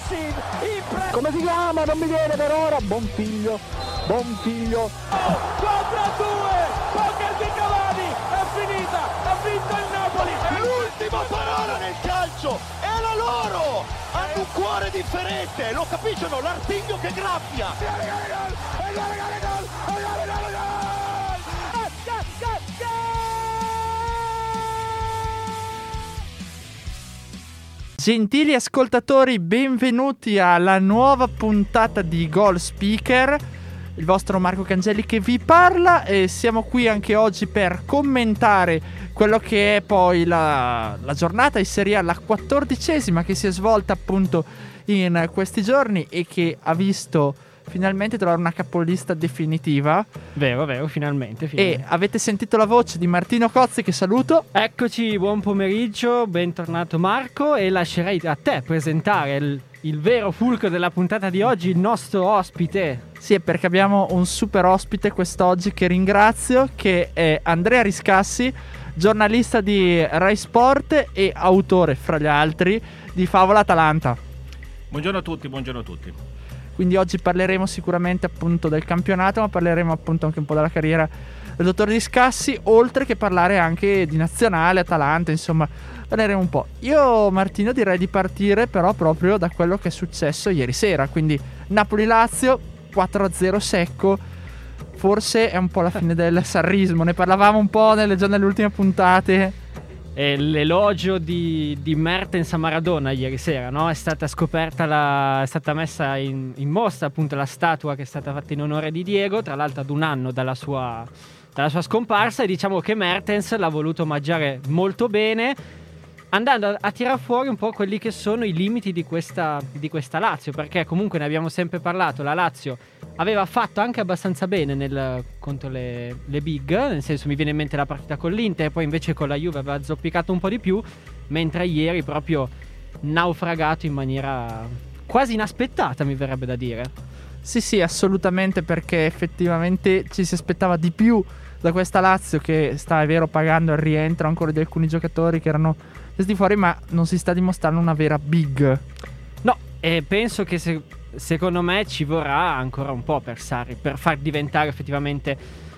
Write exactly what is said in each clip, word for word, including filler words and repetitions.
pressing, impre- come si chiama? Non mi viene per ora. Bonfiglio, Bonfiglio. quattro a due, poker di Cavani, è finita, ha vinto il Napoli. È l'ultima parola nel calcio, è la loro. Hanno un cuore differente, lo capiscono, l'artiglio che graffia. Gentili ascoltatori, benvenuti alla nuova puntata di Goal Speaker. Il vostro Marco Cangelli che vi parla, e siamo qui anche oggi per commentare quello che è poi la, la giornata in Serie A, la quattordicesima, che si è svolta appunto in questi giorni e che ha visto finalmente trovare una capolista definitiva. Vero, vero, finalmente, finalmente. E avete sentito la voce di Martino Cozzi, che saluto. Eccoci, buon pomeriggio, bentornato Marco, e lascerei a te presentare il, il vero fulcro della puntata di oggi, il nostro ospite. Sì, è perché abbiamo un super ospite quest'oggi che ringrazio, che è Andrea Riscassi, giornalista di Rai Sport e autore, fra gli altri, di Favola Atalanta. Buongiorno a tutti, buongiorno a tutti. Quindi oggi parleremo sicuramente appunto del campionato, ma parleremo appunto anche un po' della carriera del dottor Riscassi, oltre che parlare anche di nazionale, Atalanta, insomma, parleremo un po'. Io, Martino, direi di partire però proprio da quello che è successo ieri sera, quindi Napoli-Lazio, quattro a zero secco. Forse è un po' la fine del sarrismo, ne parlavamo un po' nelle, già nelle ultime puntate. E l'elogio di, di Mertens a Maradona ieri sera, no? È stata scoperta, la, è stata messa in, in mostra appunto la statua che è stata fatta in onore di Diego, tra l'altro ad un anno dalla sua, dalla sua scomparsa, e diciamo che Mertens l'ha voluto omaggiare molto bene, andando a, a tirar fuori un po' quelli che sono i limiti di questa, di questa Lazio, perché comunque ne abbiamo sempre parlato, la Lazio aveva fatto anche abbastanza bene nel, contro le, le big, nel senso, mi viene in mente la partita con l'Inter, e poi invece con la Juve aveva zoppicato un po' di più, mentre ieri proprio naufragato in maniera quasi inaspettata, mi verrebbe da dire. Sì, sì, assolutamente, perché effettivamente ci si aspettava di più da questa Lazio, che sta, è vero, pagando il rientro ancora di alcuni giocatori che erano resti fuori, ma non si sta dimostrando una vera big. No, e penso che se... secondo me ci vorrà ancora un po' per Sarri, per far diventare effettivamente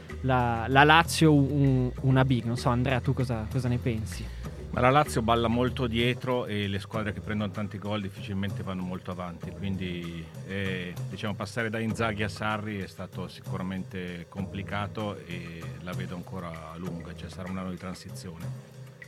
la, la Lazio un, una big. Non so, Andrea, tu cosa, cosa ne pensi? Ma la Lazio balla molto dietro e le squadre che prendono tanti gol difficilmente vanno molto avanti, quindi eh, diciamo passare da Inzaghi a Sarri è stato sicuramente complicato e la vedo ancora lunga, cioè sarà un anno di transizione.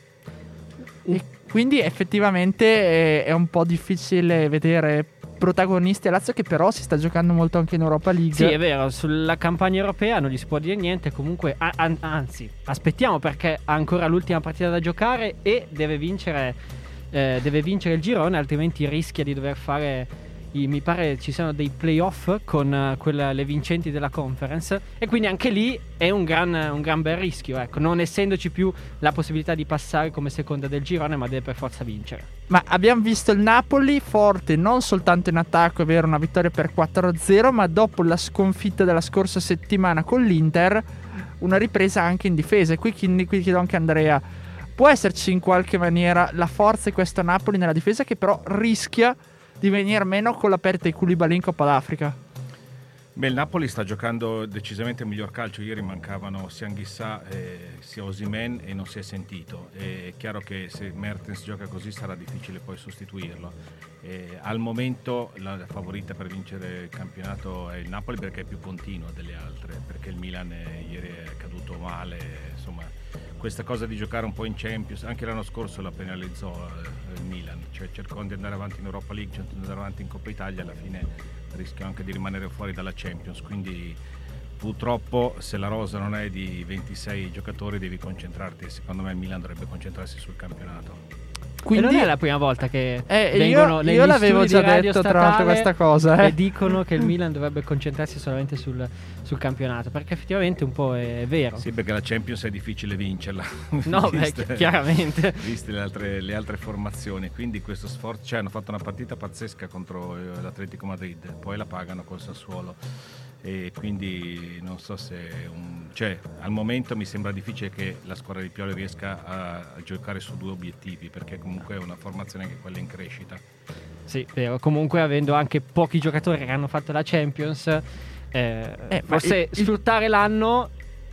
E quindi effettivamente è, è un po' difficile vedere protagonisti a Lazio, che però si sta giocando molto anche in Europa League. Sì, è vero, sulla campagna europea non gli si può dire niente, comunque a- a- anzi aspettiamo, perché ha ancora l'ultima partita da giocare e deve vincere eh, deve vincere il girone, altrimenti rischia di dover fare i, mi pare ci siano dei playoff con uh, quella, le vincenti della Conference, e quindi anche lì è un gran, un gran bel rischio, ecco, non essendoci più la possibilità di passare come seconda del girone, ma deve per forza vincere. Ma abbiamo visto il Napoli forte non soltanto in attacco, è vero, una vittoria per quattro a zero, ma dopo la sconfitta della scorsa settimana con l'Inter una ripresa anche in difesa. E qui, qui chiedo anche a Andrea, può esserci in qualche maniera la forza di questo Napoli nella difesa, che però rischia di venire meno con la perdita di Koulibaly in Coppa d'Africa? Beh, il Napoli sta giocando decisamente il miglior calcio. Ieri mancavano sia Anghissà eh, sia Osimhen e non si è sentito. È chiaro che se Mertens gioca così sarà difficile poi sostituirlo. Eh, al momento la favorita per vincere il campionato è il Napoli, perché è più continuo delle altre, perché il Milan è, ieri è caduto male, insomma questa cosa di giocare un po' in Champions, anche l'anno scorso la penalizzò eh, il Milan, cioè cercò di andare avanti in Europa League, cercò di andare avanti in Coppa Italia, alla fine rischiò anche di rimanere fuori dalla Champions, quindi purtroppo se la rosa non è di ventisei giocatori devi concentrarti, secondo me il Milan dovrebbe concentrarsi sul campionato. Quindi e non è la prima volta che eh, vengono io, negli io l'avevo studi già di Radio detto tra l'altro Statale questa cosa eh. e dicono che il Milan dovrebbe concentrarsi solamente sul, sul campionato, perché effettivamente un po' è vero. Sì, perché la Champions è difficile vincerla. No, viste, beh, chiaramente. Viste le altre, le altre formazioni, quindi questo sforzo, cioè hanno fatto una partita pazzesca contro eh, l'Atletico Madrid, poi la pagano col Sassuolo. E quindi non so se un, cioè al momento mi sembra difficile che la squadra di Pioli riesca a, a giocare su due obiettivi, perché comunque è una formazione che quella in crescita. Sì, vero. Comunque avendo anche pochi giocatori che hanno fatto la Champions, eh, Eh, forse il- il- sfruttare l'anno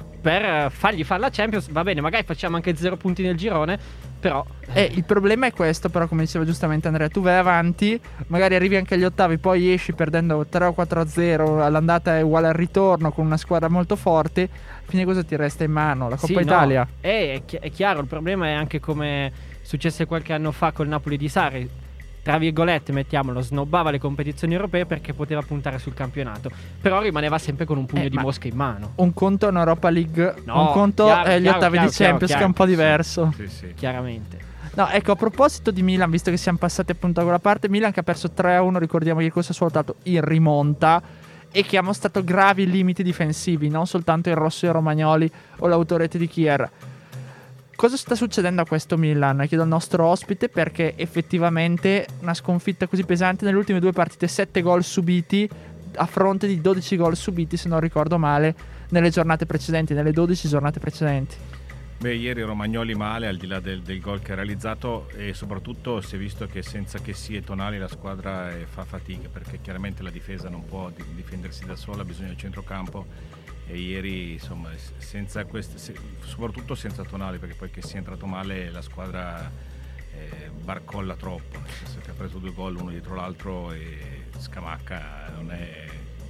per fargli fare la Champions, va bene, magari facciamo anche zero punti nel girone, però Eh, il problema è questo, però, come diceva giustamente Andrea, tu vai avanti, magari arrivi anche agli ottavi, poi esci perdendo tre o quattro a zero, all'andata è uguale al ritorno con una squadra molto forte, fine cosa ti resta in mano? La Coppa sì, no, Italia. eh, è, chi- è chiaro, il problema è anche come successe qualche anno fa col Napoli di Sarri, tra virgolette, mettiamolo, snobbava le competizioni europee perché poteva puntare sul campionato, però rimaneva sempre con un pugno Eh, di ma- mosche in mano. Un conto è un'Europa League, No, un conto chiaro, è gli chiaro, ottavi chiaro, di Champions, chiaro, che è un po' chiaro. diverso. Sì, sì. Chiaramente. No, ecco, a proposito di Milan, visto che siamo passati appunto a quella parte, Milan che ha perso tre a uno, ricordiamo che il corso ha saltato in rimonta e che ha mostrato gravi limiti difensivi, non soltanto il Rossi e Romagnoli o l'autorete di Kier. Cosa sta succedendo a questo Milan? Chiedo al nostro ospite, perché effettivamente una sconfitta così pesante nelle ultime due partite, sette gol subiti a fronte di dodici gol subiti, se non ricordo male, nelle giornate precedenti, nelle dodici giornate precedenti. Beh, ieri Romagnoli male, al di là del, del gol che ha realizzato, e soprattutto si è visto che senza che sia Tonali la squadra eh, fa fatica, perché chiaramente la difesa non può di- difendersi da sola, ha bisogno del centrocampo, e ieri insomma s- senza queste, se- soprattutto senza Tonali, perché poi che sia entrato male la squadra eh, barcolla troppo, nel senso che ha preso due gol uno dietro l'altro, e Scamacca non è,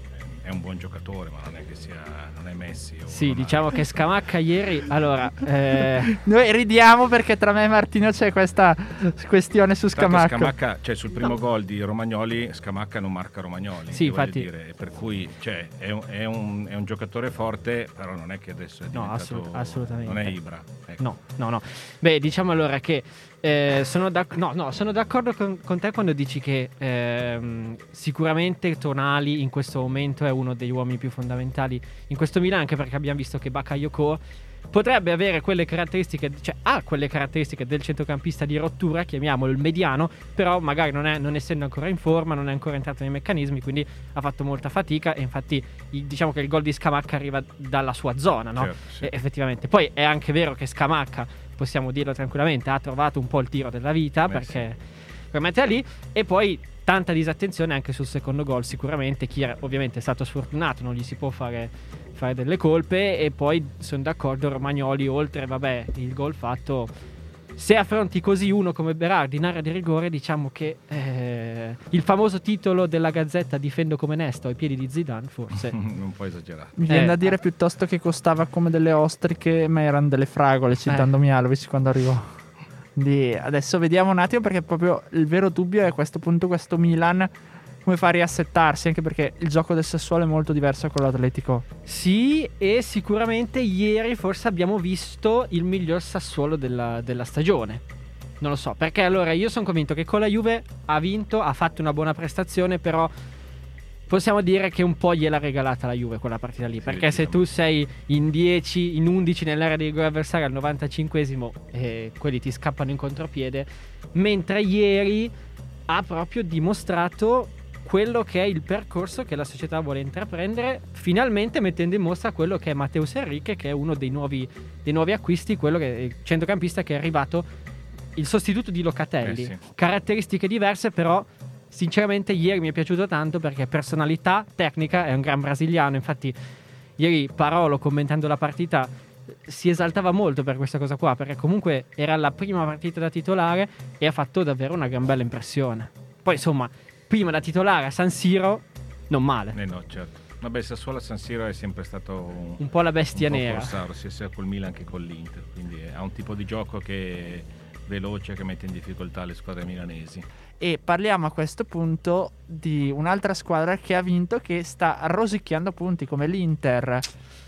è un buon giocatore, ma non è che sia, non è Messi o Sì, Ronaldo. diciamo che Scamacca ieri, allora, eh, Noi ridiamo perché tra me e Martino c'è questa questione su Tanto Scamacca. Scamacca, cioè sul primo gol di Romagnoli, Scamacca non marca Romagnoli. Sì, che voglio infatti. dire, per cui cioè, è, un, è, un, è un giocatore forte, però non è che adesso è No, diventato, assolut- assolutamente. non è Ibra. Ecco. no, no, no. Beh, diciamo allora che eh, sono, d'ac- no, no, sono d'accordo con, con te quando dici che ehm, sicuramente Tonali in questo momento è uno degli uomini più fondamentali in questo Milan, anche perché abbiamo visto che Bakayoko potrebbe avere quelle caratteristiche, cioè ha quelle caratteristiche del centrocampista di rottura, chiamiamolo il mediano, però magari non, è, non essendo ancora in forma, non è ancora entrato nei meccanismi, quindi ha fatto molta fatica, e infatti il- diciamo che il gol di Scamacca arriva dalla sua zona, no? Certo, sì. E- effettivamente. Poi è anche vero che Scamacca, possiamo dirlo tranquillamente, ha trovato un po' il tiro della vita, Beh, perché per mettere lì, e poi tanta disattenzione anche sul secondo gol sicuramente. Chier ovviamente è stato sfortunato, non gli si può fare, fare delle colpe, e poi sono d'accordo, Romagnoli, oltre vabbè il gol fatto, se affronti così uno come Berardi in area di rigore, diciamo che eh, il famoso titolo della Gazzetta "Difendo come Nesto" ai piedi di Zidane forse un po' esagerato. Mi viene Eh, da dire ah. piuttosto che costava come delle ostriche, ma erano delle fragole, citando Eh. Mialovic quando arrivò. Quindi adesso vediamo un attimo, perché proprio il vero dubbio è a questo punto questo Milan come fa a riassettarsi, anche perché il gioco del Sassuolo è molto diverso da quello atletico. Sì, e sicuramente ieri forse abbiamo visto il miglior Sassuolo della, della stagione. Non lo so, perché allora io sono convinto che con la Juve ha vinto, ha fatto una buona prestazione, però possiamo dire che un po' gliel'ha regalata la Juve quella partita lì, Sì, perché se diciamo. tu sei in dieci, in undici nell'area di rigore avversaria al novantacinquesimo, e quelli ti scappano in contropiede, mentre ieri ha proprio dimostrato quello che è il percorso che la società vuole intraprendere, finalmente mettendo in mostra quello che è Matheus Henrique, che è uno dei nuovi, dei nuovi acquisti, quello che è il centrocampista che è arrivato, il sostituto di Locatelli. Eh sì. Caratteristiche diverse, però sinceramente ieri mi è piaciuto tanto, perché personalità, tecnica, è un gran brasiliano. Infatti ieri Parolo, commentando la partita, si esaltava molto per questa cosa qua, perché comunque era la prima partita da titolare e ha fatto davvero una gran bella impressione. Poi insomma, prima da titolare a San Siro, non male. Eh no, certo. Vabbè, Sassuolo a San Siro è sempre stato un, Un po' la bestia un po' nera. forzato, sia, sia col Milan che con l'Inter, quindi ha un tipo di gioco che è veloce, che mette in difficoltà le squadre milanesi. E parliamo a questo punto di un'altra squadra che ha vinto, che sta rosicchiando punti, come l'Inter.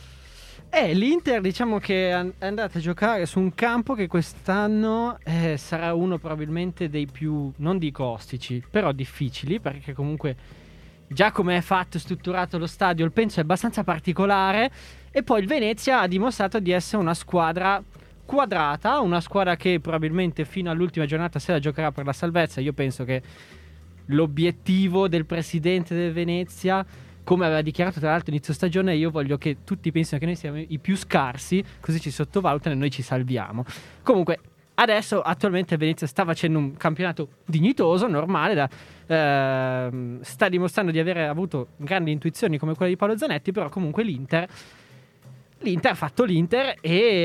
Eh, l'Inter diciamo che è an- è andata a giocare su un campo che quest'anno eh, sarà uno probabilmente dei più, non dico ostici, però difficili, perché comunque già come è fatto e strutturato lo stadio, il penso è abbastanza particolare, e poi il Venezia ha dimostrato di essere una squadra quadrata, una squadra che probabilmente fino all'ultima giornata se la giocherà per la salvezza. Io penso che l'obiettivo del presidente del Venezia, come aveva dichiarato tra l'altro inizio stagione, io voglio che tutti pensino che noi siamo i più scarsi, così ci sottovalutano e noi ci salviamo. Comunque Adesso attualmente Venezia sta facendo un campionato dignitoso, normale, da, ehm, sta dimostrando di aver avuto grandi intuizioni come quella di Paolo Zanetti, però comunque l'Inter l'Inter ha fatto l'Inter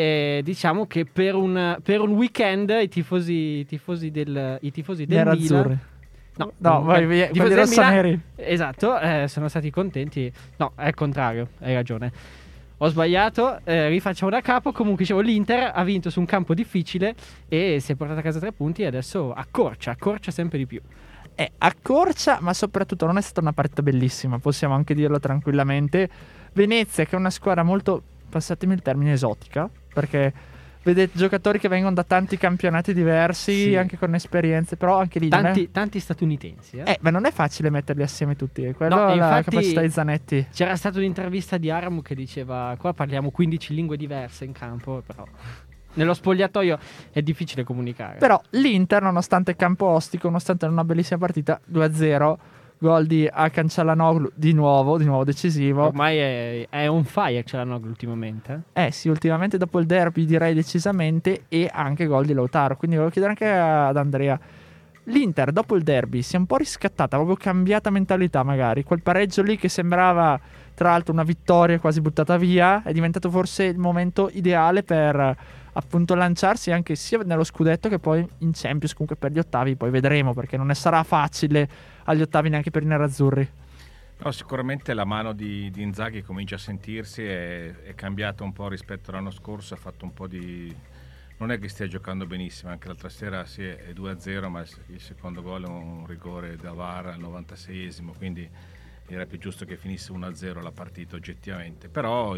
e diciamo che per un, per un weekend i tifosi, i tifosi del i tifosi del Milan, no, no, vai via, i tifosi quelli del Milan, rossoneri. esatto, eh, sono stati contenti. No, è il contrario, hai ragione. Ho sbagliato, eh, rifacciamo da capo. Comunque dicevo, l'Inter ha vinto su un campo difficile e si è portata a casa tre punti e adesso accorcia, accorcia sempre di più. Eh, accorcia, ma soprattutto non è stata una partita bellissima, possiamo anche dirlo tranquillamente. Venezia, che è una squadra molto, passatemi il termine, esotica, perché vedete giocatori che vengono da tanti campionati diversi, Sì. anche con esperienze, però anche lì non Tanti, è... tanti statunitensi. Eh. Eh, ma non è facile metterli assieme tutti, è quello No, la infatti- capacità di Zanetti. C'era stata un'intervista di Aram che diceva: qua parliamo quindici lingue diverse in campo, però nello spogliatoio è difficile comunicare. Però l'Inter, nonostante il campo ostico, nonostante una bellissima partita, due a zero, gol di Hakan Çalhanoğlu di nuovo, di nuovo decisivo. Ormai è, è on fire Çalhanoğlu ultimamente. eh. Eh sì, ultimamente dopo il derby direi decisamente, e anche gol di Lautaro. Quindi volevo chiedere anche ad Andrea, l'Inter dopo il derby si è un po' riscattata, proprio cambiata mentalità magari. Quel pareggio lì che sembrava tra l'altro una vittoria quasi buttata via, è diventato forse il momento ideale per appunto lanciarsi anche sia nello scudetto che poi in Champions, comunque per gli ottavi, poi vedremo, perché non ne sarà facile agli ottavi neanche per i nerazzurri. No, sicuramente la mano di, di Inzaghi comincia a sentirsi, è, è cambiata un po' rispetto all'anno scorso, ha fatto un po' di... non è che stia giocando benissimo, anche l'altra sera sì, è due a zero, ma il secondo gol è un rigore da V A R al novantaseiesimo, quindi era più giusto che finisse uno a zero la partita oggettivamente, però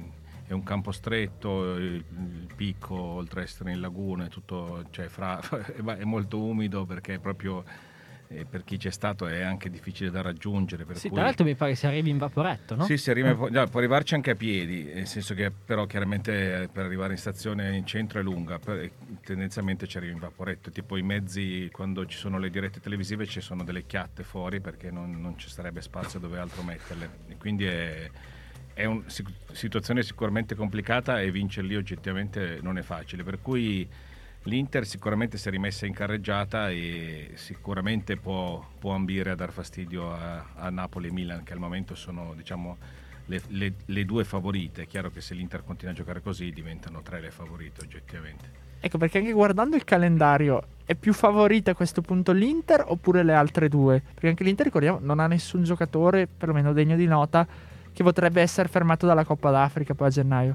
è un campo stretto, il, il picco oltre a essere in laguna è tutto, cioè, fra, è molto umido, perché è proprio... E per chi c'è stato è anche difficile da raggiungere, per Sì, cui... tra l'altro mi pare si arrivi in vaporetto, no? Sì, si arriva, no, può arrivarci anche a piedi, nel senso che però chiaramente per arrivare in stazione in centro è lunga, per, tendenzialmente ci arrivi in vaporetto, tipo i mezzi, quando ci sono le dirette televisive ci sono delle chiatte fuori perché non, non ci sarebbe spazio dove altro metterle, e quindi è, è una situazione sicuramente complicata e vincere lì oggettivamente non è facile, per cui l'Inter sicuramente si è rimessa in carreggiata e sicuramente può, può ambire a dar fastidio a, a Napoli e Milan, che al momento sono, diciamo, le, le, le due favorite. È chiaro che se l'Inter continua a giocare così diventano tre le favorite oggettivamente. Ecco, perché anche guardando il calendario, è più favorita a questo punto l'Inter oppure le altre due? Perché anche l'Inter, ricordiamo, non ha nessun giocatore, perlomeno degno di nota, che potrebbe essere fermato dalla Coppa d'Africa poi a gennaio.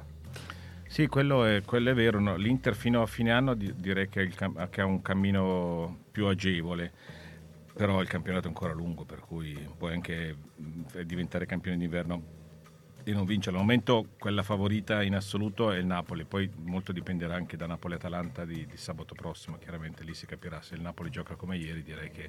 Sì, quello è, quello è vero. No? L'Inter fino a fine anno di, direi che, il, che ha un cammino più agevole, però il campionato è ancora lungo, per cui puoi anche diventare campione d'inverno e non vincere. Al momento quella favorita in assoluto è il Napoli, poi molto dipenderà anche da Napoli-Atalanta di, di sabato prossimo, chiaramente lì si capirà. Se il Napoli gioca come ieri direi che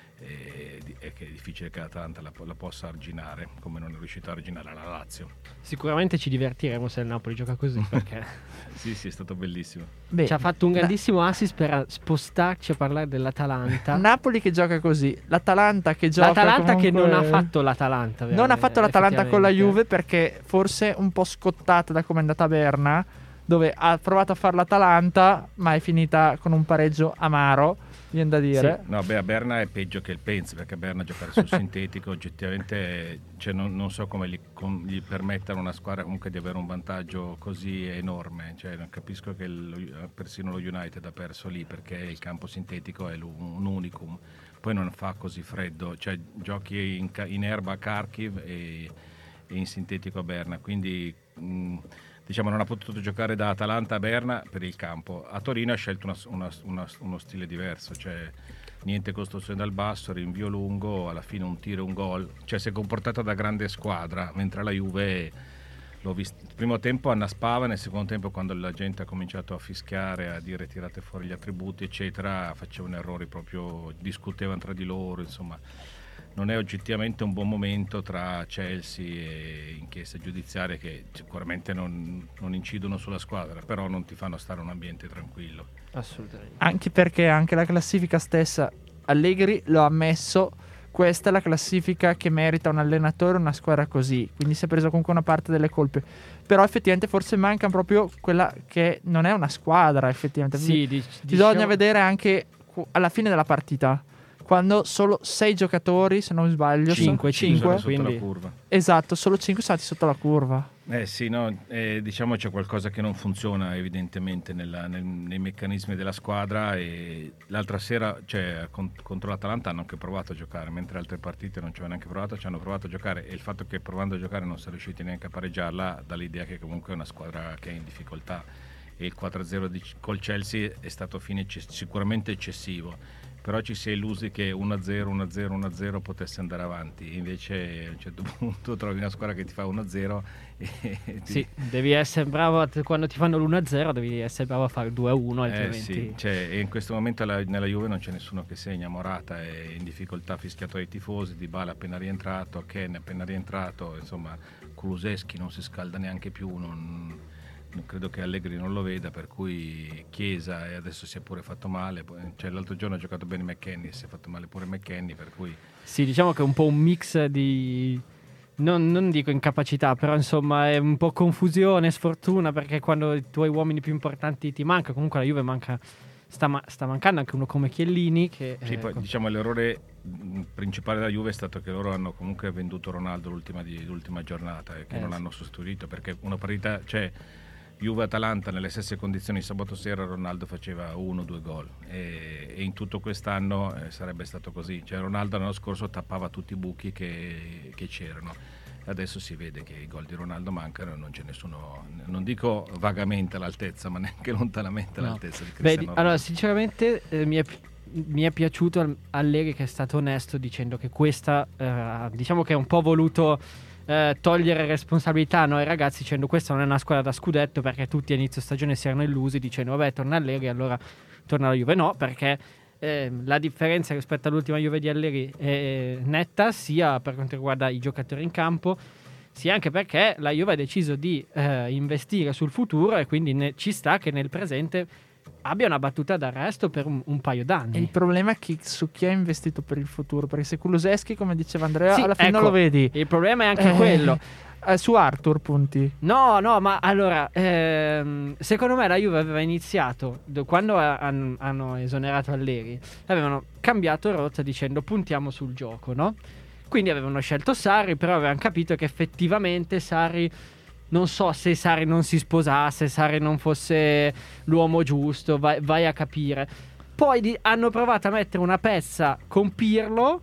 è, è, che è difficile che l'Atalanta la, la possa arginare, come non è riuscito a arginare la Lazio. Sicuramente ci divertiremo se il Napoli gioca così, perché sì, sì, è stato bellissimo. Beh, ci ha fatto un grandissimo assist per spostarci a parlare dell'Atalanta. Napoli che gioca così, l'Atalanta che gioca L'Atalanta comunque... che non ha fatto l'Atalanta non ha fatto l'Atalanta con la effettivamente. Juve, perché forse un po' scottata da come è andata a Berna, dove ha provato a fare l'Atalanta ma è finita con un pareggio amaro, viene da dire. Sì, no, beh, a Berna è peggio che il Penz, perché a Berna giocare sul sintetico oggettivamente, cioè, non, non so come gli, com, gli permettano una squadra comunque di avere un vantaggio così enorme, cioè, non capisco che lo, persino lo United ha perso lì, perché il campo sintetico è un unicum, poi non fa così freddo, cioè giochi in, in erba a Kharkiv e, e in sintetico a Berna, quindi mh, diciamo non ha potuto giocare da Atalanta a Berna per il campo. A Torino ha scelto una, una, una, uno stile diverso, cioè niente costruzione dal basso, rinvio lungo, alla fine un tiro e un gol, cioè si è comportata da grande squadra, mentre la Juve l'ho visto il primo tempo annaspava, nel secondo tempo quando la gente ha cominciato a fischiare, a dire tirate fuori gli attributi eccetera, facevano errori proprio, discutevano tra di loro, insomma non è oggettivamente un buon momento tra Chelsea e inchieste giudiziarie che sicuramente non, non incidono sulla squadra, però non ti fanno stare un ambiente tranquillo. Assolutamente. Anche perché anche la classifica stessa, Allegri lo ha ammesso, questa è la classifica che merita un allenatore, una squadra così, quindi si è preso comunque una parte delle colpe, però effettivamente forse manca proprio quella che non è una squadra effettivamente. Sì, dic- bisogna diciamo... vedere anche alla fine della partita, quando solo sei giocatori, se non mi sbaglio, cinque, sono cinque, sotto quindi... la curva. Esatto, solo cinque sono stati sotto la curva. Eh sì, no, eh, diciamo c'è qualcosa che non funziona evidentemente nella, nel, nei meccanismi della squadra, e l'altra sera, cioè, con, contro l'Atalanta hanno anche provato a giocare, mentre altre partite non ci hanno neanche provato, ci hanno provato a giocare, e il fatto che provando a giocare non sono riusciti neanche a pareggiarla dà l'idea che comunque è una squadra che è in difficoltà, e il quattro a zero di, col Chelsea è stato fine ecce- sicuramente eccessivo. Però ci si è illusi che uno a zero, uno a zero, uno a zero potesse andare avanti, invece a un certo punto trovi una squadra che ti fa uno a zero e ti... Sì, devi essere bravo a, quando ti fanno l'uno a zero devi essere bravo a fare il due a uno, altrimenti... Eh sì, cioè, e in questo momento la, nella Juve non c'è nessuno che segna, Morata è in difficoltà, fischiato ai tifosi, Dybala appena rientrato, Ken appena rientrato, insomma Kulusevski non si scalda neanche più, non... credo che Allegri non lo veda, per cui Chiesa, e adesso si è pure fatto male, cioè l'altro giorno ha giocato bene McKennie, si è fatto male pure McKennie, per cui sì, diciamo che è un po' un mix di non, non dico incapacità, però insomma è un po' confusione, sfortuna, perché quando i tuoi uomini più importanti ti manca, comunque la Juve manca, sta, ma- sta mancando anche uno come Chiellini che sì, eh, poi, con... diciamo l'errore principale della Juve è stato che loro hanno comunque venduto Ronaldo l'ultima, di, l'ultima giornata e che eh, non sì. l'hanno sostituito, perché una partita, cioè Juve-Atalanta nelle stesse condizioni sabato sera Ronaldo faceva uno o due gol, e, e in tutto quest'anno eh, sarebbe stato così, cioè Ronaldo l'anno scorso tappava tutti i buchi che, che c'erano, adesso si vede che i gol di Ronaldo mancano e non c'è nessuno, non dico vagamente all'altezza, ma neanche lontanamente No. all'altezza di Beh, Cristiano di- Ronaldo. allora sinceramente eh, mi, è, mi è piaciuto Al- Allegri che è stato onesto dicendo che questa eh, diciamo che è un po' voluto eh, togliere responsabilità a noi ragazzi, dicendo questa non è una squadra da scudetto, perché tutti a inizio stagione si erano illusi dicendo vabbè torna Allegri allora torna la Juve. No, perché eh, la differenza rispetto all'ultima Juve di Allegri è netta, sia per quanto riguarda i giocatori in campo, sia anche perché la Juve ha deciso di eh, investire sul futuro, e quindi ne- ci sta che nel presente abbia una battuta d'arresto per un, un paio d'anni. E il problema è chi, su chi ha investito per il futuro, perché se Kulusevski, come diceva Andrea, Sì, alla fine ecco, non lo vedi. il problema è anche Eh, quello. eh, su Arthur punti. No, no, ma allora, ehm, secondo me la Juve aveva iniziato, do- quando ha- han- hanno esonerato Allegri, avevano cambiato rotta dicendo puntiamo sul gioco, no? Quindi avevano scelto Sarri, però avevano capito che effettivamente Sarri, non so se Sarri non si sposasse, Sarri non fosse l'uomo giusto, vai, vai a capire. Poi di- hanno provato a mettere una pezza con Pirlo,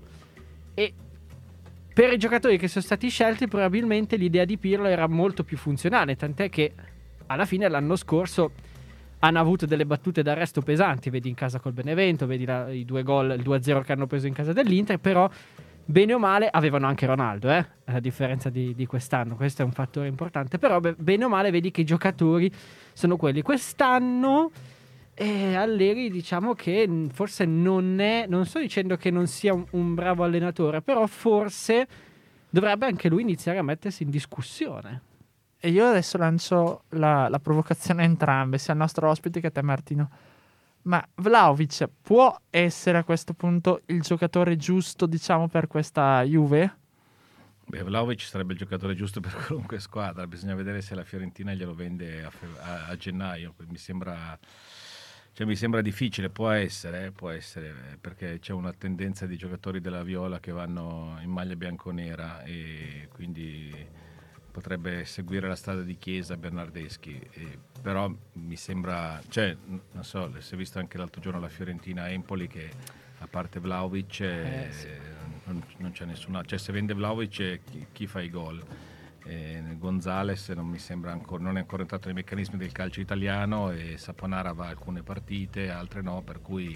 e per i giocatori che sono stati scelti probabilmente l'idea di Pirlo era molto più funzionale, tant'è che alla fine l'anno scorso hanno avuto delle battute d'arresto pesanti, vedi in casa col Benevento, vedi la- i due gol, il due a zero che hanno preso in casa dell'Inter, però bene o male avevano anche Ronaldo, eh? A differenza di, di quest'anno, questo è un fattore importante, però be- bene o male vedi che i giocatori sono quelli. Quest'anno eh, Allegri diciamo che mh, forse non è, non sto dicendo che non sia un, un bravo allenatore, però forse dovrebbe anche lui iniziare a mettersi in discussione. E io adesso lancio la, la provocazione a entrambe, sia al nostro ospite che a te Martino. Ma Vlahovic può essere a questo punto il giocatore giusto, diciamo, per questa Juve? Beh, Vlahovic sarebbe il giocatore giusto per qualunque squadra, bisogna vedere se la Fiorentina glielo vende a, fe- a, a gennaio, mi sembra, cioè, mi sembra difficile, può essere, eh, può essere, eh, perché c'è una tendenza di giocatori della Viola che vanno in maglia bianconera, e quindi potrebbe seguire la strada di Chiesa, Bernardeschi, e, però mi sembra, cioè, non so, si è visto anche l'altro giorno la Fiorentina-Empoli che a parte Vlahovic eh, sì. non, non c'è nessuno, cioè se vende Vlahovic eh, chi, chi fa i gol? Eh, Gonzales non mi sembra ancora, non è ancora entrato nei meccanismi del calcio italiano, e Saponara va a alcune partite, altre no, per cui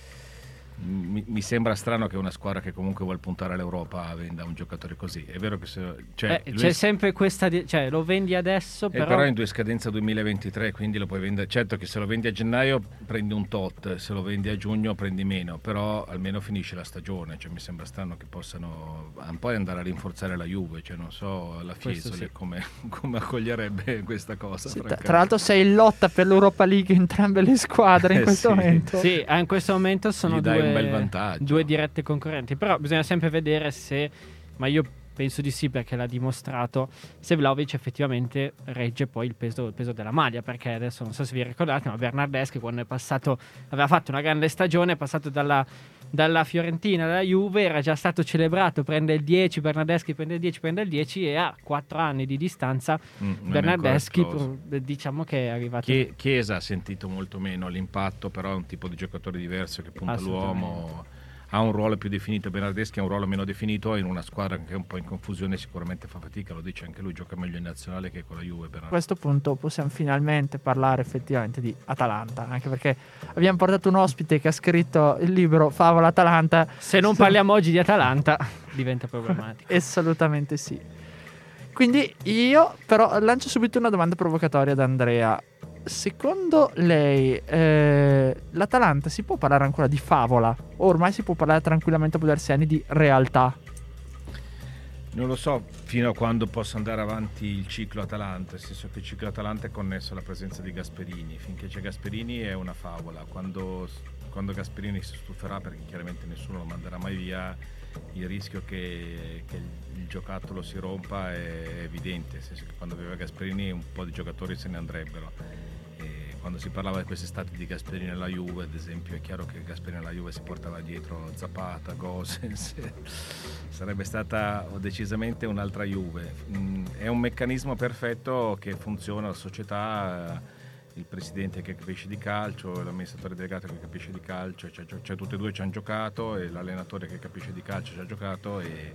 mi, mi sembra strano che una squadra che comunque vuole puntare all'Europa venda un giocatore così. È vero che se, cioè, Eh, lui c'è è- sempre questa, di- cioè lo vendi adesso, eh, però, però in due scadenza duemilaventitré, quindi lo puoi vendere. Certo che se lo vendi a gennaio prendi un tot, se lo vendi a giugno prendi meno, però almeno finisce la stagione. Cioè, mi sembra strano che possano un po' andare a rinforzare la Juve, cioè non so la Questo Fiesole sì. come, come accoglierebbe questa cosa. Sì, tra, francamente. tra l'altro sei in lotta per l'Europa League entrambe le squadre in Eh, questo sì. momento. sì, eh, in questo momento sono Gli dai due due, un bel vantaggio. due dirette concorrenti, però bisogna sempre vedere se, ma io penso di sì perché l'ha dimostrato, se Vlahovic effettivamente regge poi il peso, il peso della maglia, perché adesso non so se vi ricordate, ma Bernardeschi quando è passato, aveva fatto una grande stagione, è passato dalla, dalla Fiorentina alla Juve, era già stato celebrato, prende il dieci, Bernardeschi prende il dieci, prende il dieci e a quattro anni di distanza Mm, Bernardeschi diciamo che è arrivato. Chie- Chiesa ha sentito molto meno l'impatto, però è un tipo di giocatore diverso che punta l'uomo, ha un ruolo più definito. Bernardeschi ha un ruolo meno definito, in una squadra che è un po' in confusione sicuramente fa fatica, lo dice anche lui, gioca meglio in nazionale che con la Juve. A questo punto possiamo finalmente parlare effettivamente di Atalanta, anche perché abbiamo portato un ospite che ha scritto il libro Favola Atalanta. Se non parliamo oggi di Atalanta diventa problematico. Assolutamente sì. Quindi io però lancio subito una domanda provocatoria ad Andrea. Secondo lei eh, l'Atalanta si può parlare ancora di favola? O ormai si può parlare tranquillamente a diversi anni di realtà? Non lo so fino a quando possa andare avanti il ciclo Atalanta, nel senso che il ciclo Atalanta è connesso alla presenza di Gasperini. Finché c'è Gasperini è una favola, quando, quando Gasperini si stuferà, perché chiaramente nessuno lo manderà mai via, il rischio che, che il, il giocattolo si rompa è evidente, nel senso che quando aveva Gasperini un po' di giocatori se ne andrebbero. E quando si parlava di quest'estate di Gasperini alla Juve, ad esempio, è chiaro che Gasperini alla Juve si portava dietro Zapata, Gosens, sarebbe stata decisamente un'altra Juve. Mm, è un meccanismo perfetto che funziona, la società, il presidente che capisce di calcio, l'amministratore delegato che capisce di calcio, cioè, cioè tutti e due ci hanno giocato, e l'allenatore che capisce di calcio ci ha giocato, e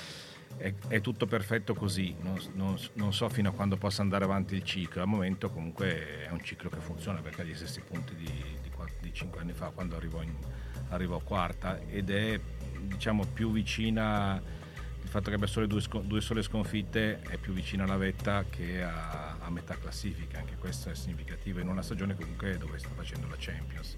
È, è tutto perfetto così. Non, non, non so fino a quando possa andare avanti il ciclo. Al momento comunque è un ciclo che funziona, perché ha gli stessi punti di, di, di cinque anni fa, quando arrivò, in, arrivò quarta, ed è, diciamo, più vicina, il fatto che abbia solo due, due sole sconfitte è più vicina alla vetta che a, a metà classifica. Anche questo è significativo in una stagione comunque dove sta facendo la Champions.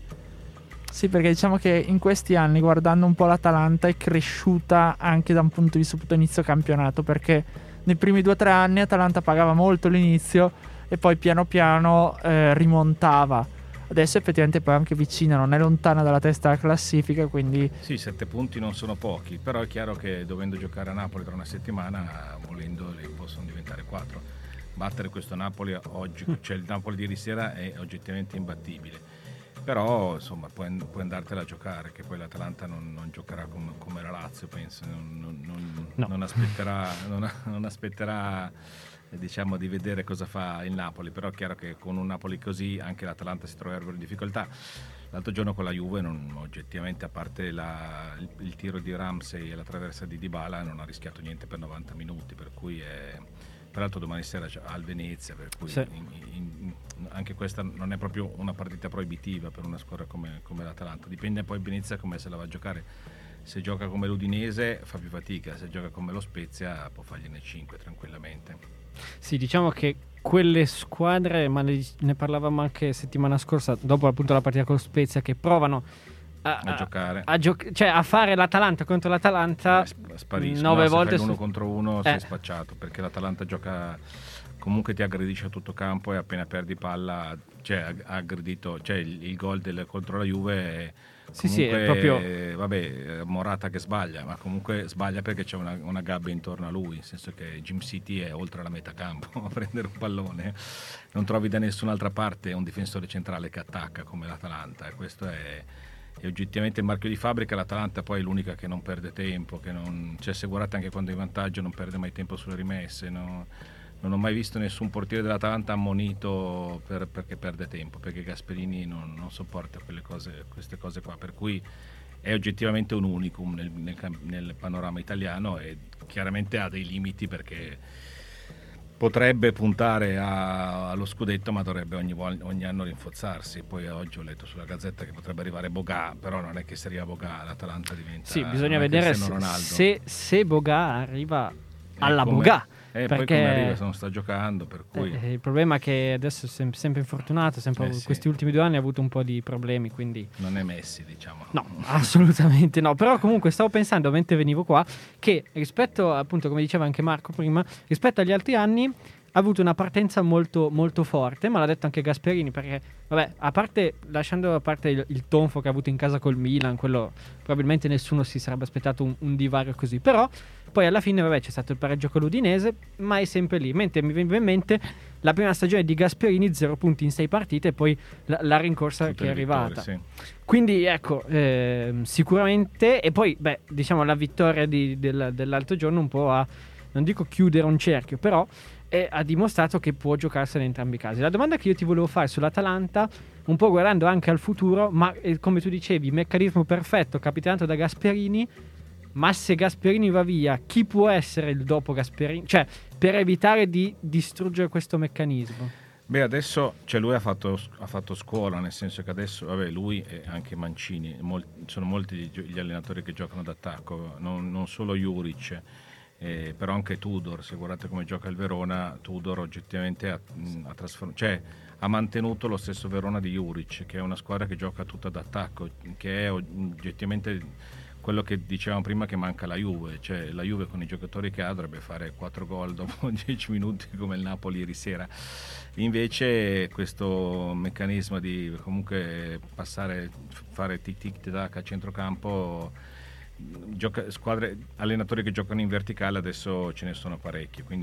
Sì, perché diciamo che in questi anni, guardando un po' l'Atalanta, è cresciuta anche da un punto di vista appunto inizio campionato, perché nei primi due o tre anni Atalanta pagava molto l'inizio e poi piano piano eh, rimontava. Adesso effettivamente poi anche vicina, non è lontana dalla testa della classifica, quindi... Sì, sette punti non sono pochi, però è chiaro che dovendo giocare a Napoli tra una settimana, volendo, possono diventare quattro. Battere questo Napoli oggi, cioè il Napoli di ieri sera, è oggettivamente imbattibile. Però insomma puoi, puoi andartela a giocare, che poi l'Atalanta non, non giocherà come, come la Lazio, penso, non, non, non, no. non aspetterà, non, non aspetterà diciamo di vedere cosa fa il Napoli, però è chiaro che con un Napoli così anche l'Atalanta si troverebbe in difficoltà. L'altro giorno con la Juve non, oggettivamente, a parte la, il, il tiro di Ramsey e la traversa di Dybala, non ha rischiato niente per novanta minuti, per cui è... Peraltro domani sera al Venezia, per cui sì. in, in, anche questa non è proprio una partita proibitiva per una squadra come, come l'Atalanta. Dipende poi Venezia come se la va a giocare. Se gioca come l'Udinese fa più fatica, se gioca come lo Spezia può fargliene cinque tranquillamente. Sì, diciamo che quelle squadre, ma ne, ne parlavamo anche settimana scorsa, dopo appunto la partita con lo Spezia, che provano A, a giocare, a, gioc- cioè a fare l'Atalanta contro l'Atalanta, spariscono. nove No, volte se fai su... uno contro uno eh. sei spacciato, perché l'Atalanta gioca, comunque ti aggredisce a tutto campo, e appena perdi palla, cioè ha aggredito, cioè il, il gol del, contro la Juve è, sì sì è proprio eh, vabbè, Morata che sbaglia, ma comunque sbaglia perché c'è una, una gabbia intorno a lui, nel senso che Jim City è oltre la metà campo a prendere un pallone, non trovi da nessun'altra parte un difensore centrale che attacca come l'Atalanta, e questo è E oggettivamente il marchio di fabbrica. L'Atalanta poi è l'unica che non perde tempo, che non, cioè se guardate anche quando è in vantaggio non perde mai tempo sulle rimesse, no? Non ho mai visto nessun portiere dell'Atalanta ammonito per, perché perde tempo, perché Gasperini non, non sopporta quelle cose, queste cose qua, per cui è oggettivamente un unicum nel, nel, nel panorama italiano, e chiaramente ha dei limiti, perché potrebbe puntare a, allo scudetto, ma dovrebbe ogni, ogni anno rinforzarsi. Poi oggi ho letto sulla Gazzetta che potrebbe arrivare Boga, però non è che se arriva Boga l'Atalanta diventa... Sì, bisogna vedere se, se Boga arriva alla come, Boga. Eh, perché poi come arriva se non sta giocando, per cui... Eh, il problema è che adesso è sem- sempre infortunato, sempre eh, sì. questi ultimi due anni ha avuto un po' di problemi, quindi... Non è Messi, diciamo. No, assolutamente no. Però comunque stavo pensando, mentre venivo qua, che rispetto, appunto, come diceva anche Marco prima, rispetto agli altri anni, ha avuto una partenza molto, molto forte, ma l'ha detto anche Gasperini, perché, vabbè, a parte, lasciando a parte il, il tonfo che ha avuto in casa col Milan, quello probabilmente nessuno si sarebbe aspettato un, un divario così, però poi alla fine, vabbè, c'è stato il pareggio con l'Udinese, ma è sempre lì. Mentre mi viene in mente la prima stagione di Gasperini, zero punti in sei partite, e poi la, la rincorsa Tutte che è le arrivata. vittorie, sì. Quindi ecco, ehm, sicuramente, e poi, beh, diciamo la vittoria di, del, dell'altro giorno un po' a, non dico chiudere un cerchio, però eh, ha dimostrato che può giocarsene in entrambi i casi. La domanda che io ti volevo fare sull'Atalanta, un po' guardando anche al futuro, ma eh, come tu dicevi, meccanismo perfetto, capitanato da Gasperini, ma se Gasperini va via, chi può essere il dopo Gasperini? Cioè, per evitare di distruggere questo meccanismo. Beh, adesso, cioè lui ha fatto, ha fatto scuola, nel senso che adesso, vabbè, lui e anche Mancini, mol, sono molti gli allenatori che giocano d'attacco, non, non solo Juric, eh, però anche Tudor. Se guardate come gioca il Verona, Tudor oggettivamente ha, ha trasformato, cioè ha mantenuto lo stesso Verona di Juric, che è una squadra che gioca tutta d'attacco, che è oggettivamente quello che dicevamo prima, che manca la Juve, cioè la Juve con i giocatori che ha dovrebbe fare quattro gol dopo dieci minuti come il Napoli ieri sera. Invece questo meccanismo di comunque passare, fare tic tic tac a centrocampo, gioca, squadre, allenatori che giocano in verticale adesso ce ne sono parecchi, quindi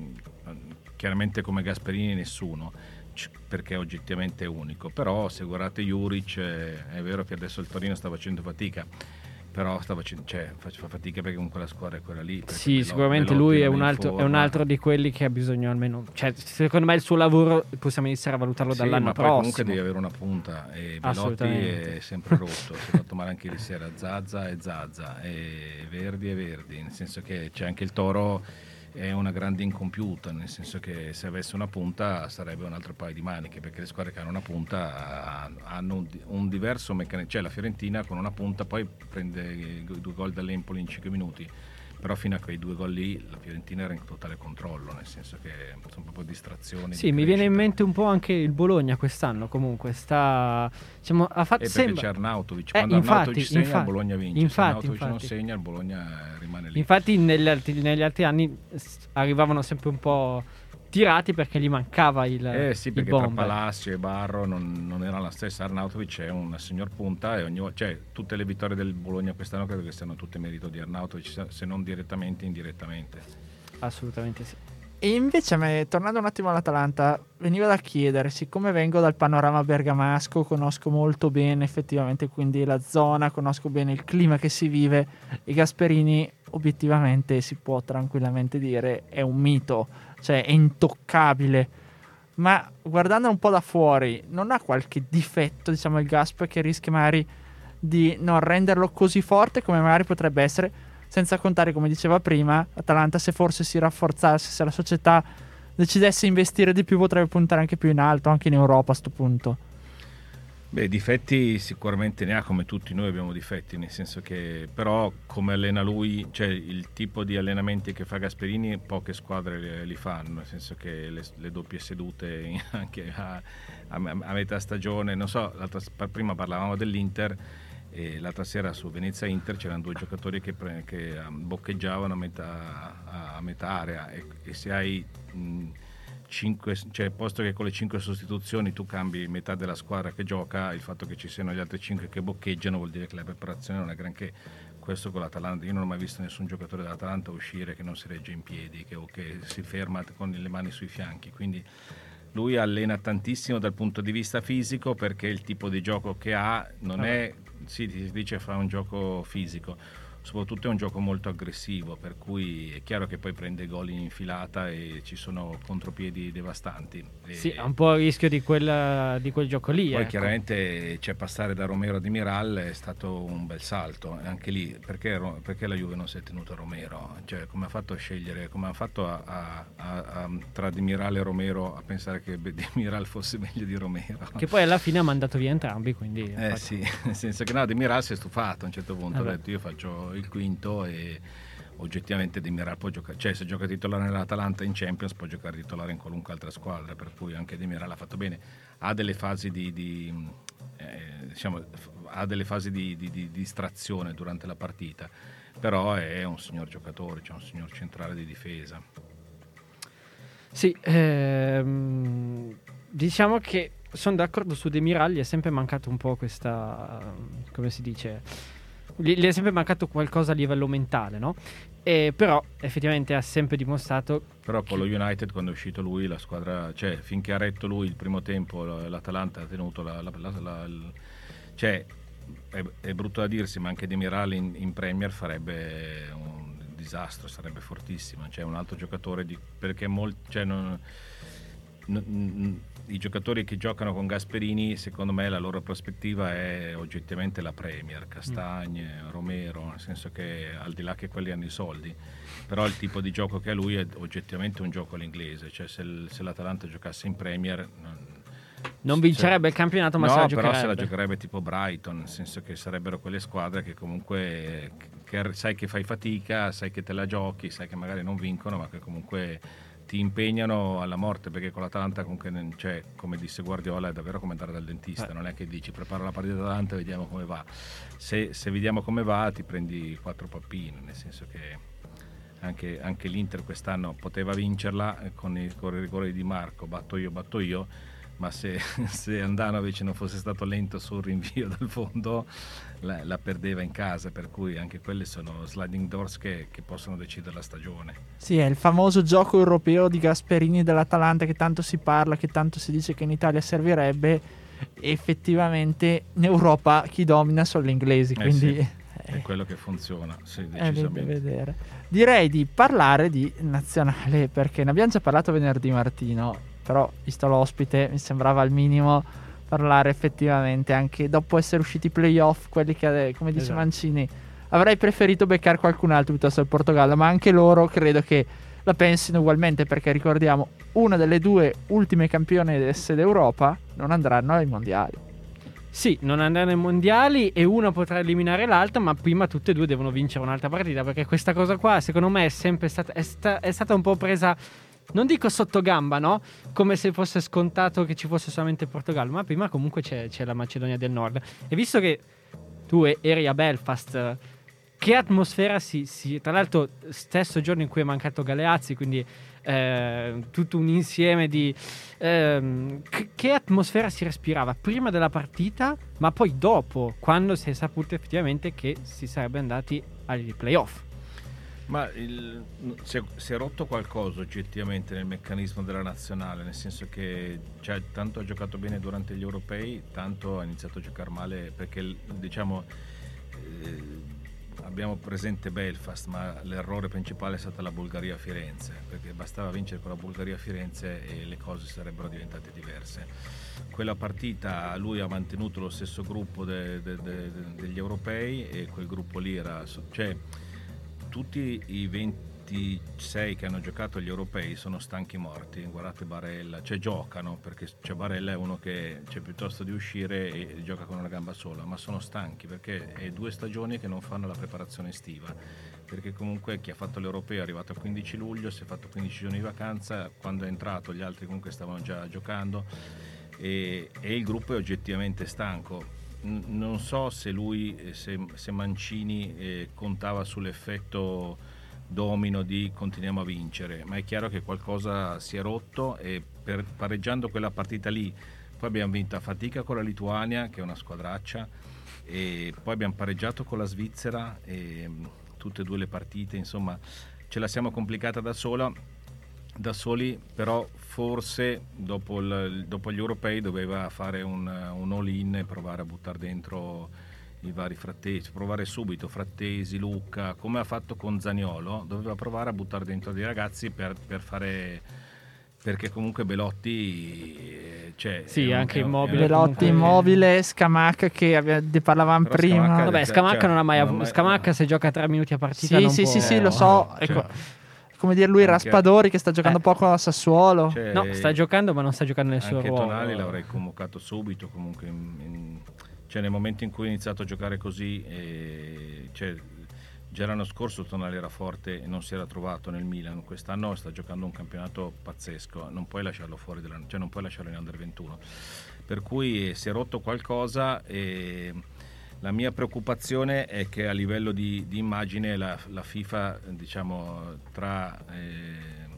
chiaramente come Gasperini nessuno, perché è oggettivamente unico. Però se guardate Juric, è vero che adesso il Torino sta facendo fatica, però stava, cioè, fa fatica perché comunque la squadra è quella lì. Sì, Bello, sicuramente Belotti lui è non un, in altro, è un forma. altro di quelli che ha bisogno almeno, cioè secondo me il suo lavoro possiamo iniziare a valutarlo Sì, dall'anno ma poi prossimo. comunque devi avere una punta, e Belotti Assolutamente. è sempre rotto, si è fatto male anche ieri sera. Zazza e Zazza, e Verdi e Verdi, nel senso che c'è anche il Toro, è una grande incompiuta, nel senso che se avesse una punta sarebbe un altro paio di maniche, perché le squadre che hanno una punta hanno un, un diverso meccanismo. Cioè la Fiorentina con una punta poi prende due gol dall'Empoli in cinque minuti, però fino a quei due gol lì la Fiorentina era in totale controllo, nel senso che sono proprio distrazioni. Sì, di mi viene in crescita. mente un po' anche il Bologna quest'anno, comunque sta, diciamo, ha fatto E perché sembra... c'è Arnautovic, Eh, quando infatti, Arnautovic segna infatti, il Bologna vince, infatti, se Arnautovic non infatti. segna il Bologna rimane lì. Infatti negli altri, negli altri anni s- arrivavano sempre un po' tirati perché gli mancava il, Eh sì, il perché tra bomber. Palacio e Barro non, non era la stessa. Arnautovic è una signor punta, e ogni volta, cioè tutte le vittorie del Bologna quest'anno credo che siano tutte merito di Arnautovic, se non direttamente, indirettamente. Assolutamente sì. E invece a me, tornando un attimo all'Atalanta, veniva da chiedere, siccome vengo dal panorama bergamasco, conosco molto bene effettivamente quindi la zona, conosco bene il clima che si vive, e Gasperini obiettivamente si può tranquillamente dire è un mito, cioè è intoccabile. Ma guardando un po' da fuori, non ha qualche difetto, diciamo, il Gasp, che rischia magari di non renderlo così forte come magari potrebbe essere? Senza contare, come diceva prima, Atalanta, se forse si rafforzasse, se la società decidesse investire di più, potrebbe puntare anche più in alto, anche in Europa a sto punto. Beh, difetti sicuramente ne ha, come tutti noi abbiamo difetti, nel senso che però come allena lui, cioè il tipo di allenamenti che fa Gasperini poche squadre li fanno, nel senso che le, le doppie sedute anche a, a, a metà stagione, non so, l'altra, prima parlavamo dell'Inter, e l'altra sera su Venezia Inter c'erano due giocatori che, pre, che um, boccheggiavano a metà, a, a metà area, e, e se hai mh, cinque, cioè posto che con le cinque sostituzioni tu cambi metà della squadra che gioca, il fatto che ci siano gli altri cinque che boccheggiano vuol dire che la preparazione non è granché. Questo con l'Atalanta, io non ho mai visto nessun giocatore dell'Atalanta uscire che non si regge in piedi, che, o che si ferma con le mani sui fianchi, quindi lui allena tantissimo dal punto di vista fisico, perché il tipo di gioco che ha non è, si dice fa un gioco fisico, soprattutto è un gioco molto aggressivo, per cui è chiaro che poi prende gol in infilata e ci sono contropiedi devastanti. E sì, ha un po' il rischio di quel, di quel gioco lì. poi ecco. chiaramente cioè, passare da Romero a Demiral è stato un bel salto, anche lì perché, perché la Juve non si è tenuta a Romero, cioè come ha fatto a scegliere, come ha fatto a, a, a, a, tra Demiral e Romero a pensare che Demiral fosse meglio di Romero, Che poi alla fine ha mandato via entrambi, quindi eh infatti- sì, nel senso che no, Demiral si è stufato a un certo punto, Eh ha beh. detto io faccio il quinto, e oggettivamente Demiral può giocare, cioè se gioca titolare nell'Atalanta in Champions può giocare titolare in qualunque altra squadra, per cui anche Demiral ha fatto bene, ha delle fasi di, di eh, diciamo ha delle fasi di, di, di distrazione durante la partita, però è un signor giocatore, cioè un signor centrale di difesa. Sì, ehm, diciamo che sono d'accordo su Demiral, gli è sempre mancato un po' questa, come si dice, gli, gli è sempre mancato qualcosa a livello mentale, no? E però effettivamente ha sempre dimostrato. Però con lo United, quando è uscito lui, la squadra, cioè finché ha retto lui il primo tempo, l'Atalanta ha tenuto la, la, la, la il, cioè è, è brutto da dirsi, ma anche Demiral in, in Premier farebbe un disastro, sarebbe fortissimo, cioè un altro giocatore di, perché molti, cioè non, non, i giocatori che giocano con Gasperini, secondo me la loro prospettiva è oggettivamente la Premier, Castagne, mm. Romero, nel senso che al di là che quelli hanno i soldi, però il tipo di gioco che ha lui è oggettivamente un gioco all'inglese, cioè se, il, se l'Atalanta giocasse in Premier non, non vincerebbe cioè, il campionato, ma no, se la giocherebbe. Però se la giocherebbe tipo Brighton, nel senso che sarebbero quelle squadre che comunque che sai che fai fatica, sai che te la giochi, sai che magari non vincono, ma che comunque ti impegnano alla morte, perché con l'Atalanta comunque, cioè, come disse Guardiola, è davvero come andare dal dentista, eh. non è che dici preparo la partita d'Atalanta e vediamo come va, se, se vediamo come va ti prendi quattro pappine, nel senso che anche, anche l'Inter quest'anno poteva vincerla con i, con i rigori di Marco, batto io, batto io, ma se, se Andanovic non fosse stato lento sul rinvio dal fondo la, la perdeva in casa, per cui anche quelle sono sliding doors che, che possono decidere la stagione. Sì, è il famoso gioco europeo di Gasperini dell'Atalanta che tanto si parla, che tanto si dice che in Italia servirebbe, e effettivamente in Europa chi domina sono gli inglesi, eh quindi sì, è quello che funziona, sì, decisamente. È vedere. Direi di parlare di nazionale, perché ne abbiamo già parlato venerdì, Martino, però visto l'ospite mi sembrava al minimo parlare effettivamente anche dopo essere usciti i playoff, quelli che, come dice esatto. Mancini, avrei preferito beccare qualcun altro piuttosto il Portogallo, ma anche loro credo che la pensino ugualmente, perché ricordiamo, una delle due ultime campionesse d'Europa non andranno ai mondiali. Sì, non andranno ai mondiali e una potrà eliminare l'altra, ma prima tutte e due devono vincere un'altra partita, perché questa cosa qua secondo me è sempre stata, è sta, è stata un po' presa, non dico sotto gamba, no? Come se fosse scontato che ci fosse solamente il Portogallo, ma prima comunque c'è, c'è la Macedonia del Nord. E visto che tu eri a Belfast, che atmosfera si, si... Tra l'altro stesso giorno in cui è mancato Galeazzi, quindi eh, tutto un insieme di... Eh, che, che atmosfera si respirava prima della partita, ma poi dopo, quando si è saputo effettivamente che si sarebbe andati ai playoff? Ma il, si, è, si è rotto qualcosa oggettivamente nel meccanismo della nazionale, nel senso che cioè, tanto ha giocato bene durante gli europei, tanto ha iniziato a giocare male, perché diciamo eh, abbiamo presente Belfast, ma l'errore principale è stata la Bulgaria-Firenze, perché bastava vincere con la Bulgaria-Firenze e le cose sarebbero diventate diverse. Quella partita lui ha mantenuto lo stesso gruppo de, de, de, de, degli europei, e quel gruppo lì era... Cioè, tutti i ventisei che hanno giocato agli europei sono stanchi morti, guardate Barella, cioè giocano, perché cioè Barella è uno che cioè, piuttosto di uscire e gioca con una gamba sola, ma sono stanchi perché è due stagioni che non fanno la preparazione estiva, perché comunque chi ha fatto l'europeo è arrivato a quindici luglio, si è fatto quindici giorni di vacanza, quando è entrato gli altri comunque stavano già giocando e, e il gruppo è oggettivamente stanco. Non so se lui, se, se Mancini eh, contava sull'effetto domino di continuiamo a vincere, ma è chiaro che qualcosa si è rotto, e per, pareggiando quella partita lì, poi abbiamo vinto a fatica con la Lituania, che è una squadraccia, e poi abbiamo pareggiato con la Svizzera, e tutte e due le partite, insomma, ce la siamo complicata da sola. da soli, però forse dopo, il, dopo gli europei doveva fare un, un all-in e provare a buttare dentro i vari Frattesi, provare subito Frattesi, Lucca, come ha fatto con Zaniolo, doveva provare a buttare dentro dei ragazzi per, per fare, perché comunque Belotti cioè, sì, un, anche un, Immobile, Belotti, Immobile, Scamacca che aveva, ne parlavamo però prima. Scamacca, vabbè, cioè, Scamacca cioè, non ha mai non avuto mai, Scamacca no. se gioca tre minuti a partita Sì, non sì, può... sì, sì, Eh, lo so. cioè, Ecco, come dire, lui anche- Raspadori che sta giocando Eh. poco a Sassuolo. Cioè, no, sta giocando ma non sta giocando nel suo anche ruolo. Tonali l'avrei convocato subito, comunque in- in- cioè nel momento in cui ha iniziato a giocare così, eh, cioè, già l'anno scorso Tonali era forte e non si era trovato nel Milan, quest'anno sta giocando un campionato pazzesco, non puoi lasciarlo fuori della, cioè non puoi lasciarlo in under ventuno, per cui eh, si è rotto qualcosa, e la mia preoccupazione è che a livello di, di immagine la, la FIFA, diciamo, tra eh,